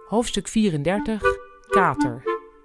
Hoofdstuk 34, Kater.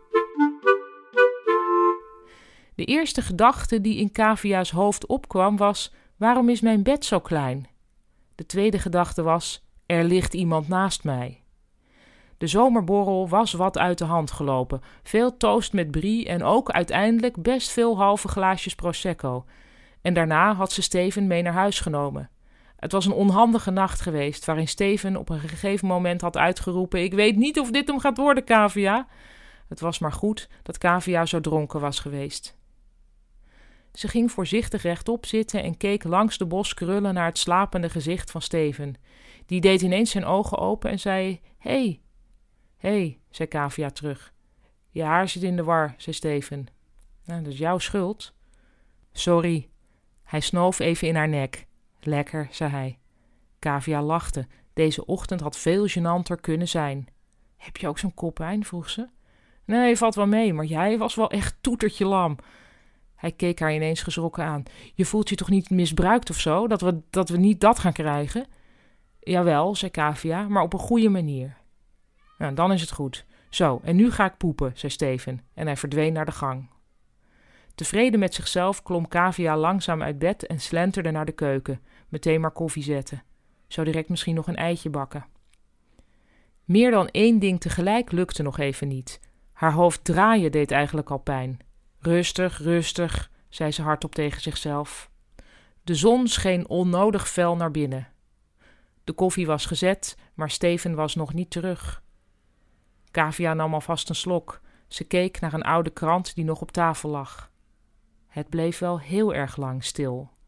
De eerste gedachte die in Cavia's hoofd opkwam was: waarom is mijn bed zo klein? De tweede gedachte was: er ligt iemand naast mij. De zomerborrel was wat uit de hand gelopen. Veel toast met brie en ook uiteindelijk best veel halve glaasjes prosecco. En daarna had ze Steven mee naar huis genomen. Het was een onhandige nacht geweest, waarin Steven op een gegeven moment had uitgeroepen: ik weet niet of dit hem gaat worden, Cavia. Het was maar goed dat Cavia zo dronken was geweest. Ze ging voorzichtig rechtop zitten en keek langs de boskrullen naar het slapende gezicht van Steven. Die deed ineens zijn ogen open en zei: Hé, zei Cavia terug. Je haar zit in de war, zei Steven. Nou, dat is jouw schuld. Sorry. Hij snoof even in haar nek. Lekker, zei hij. Cavia lachte. Deze ochtend had veel gênanter kunnen zijn. Heb je ook zo'n koppijn? Vroeg ze. Nee, valt wel mee, maar jij was wel echt toetertje lam. Hij keek haar ineens geschrokken aan. Je voelt je toch niet misbruikt of zo, dat we niet dat gaan krijgen? Jawel, zei Cavia, maar op een goede manier. Nou, dan is het goed. Zo, en nu ga ik poepen, zei Steven, en hij verdween naar de gang. Tevreden met zichzelf klom Cavia langzaam uit bed en slenterde naar de keuken. Meteen maar koffie zetten. Zo direct misschien nog een eitje bakken. Meer dan één ding tegelijk lukte nog even niet. Haar hoofd draaien deed eigenlijk al pijn. Rustig, zei ze hardop tegen zichzelf. De zon scheen onnodig fel naar binnen. De koffie was gezet, maar Steven was nog niet terug. Cavia nam alvast een slok. Ze keek naar een oude krant die nog op tafel lag. Het bleef wel heel erg lang stil.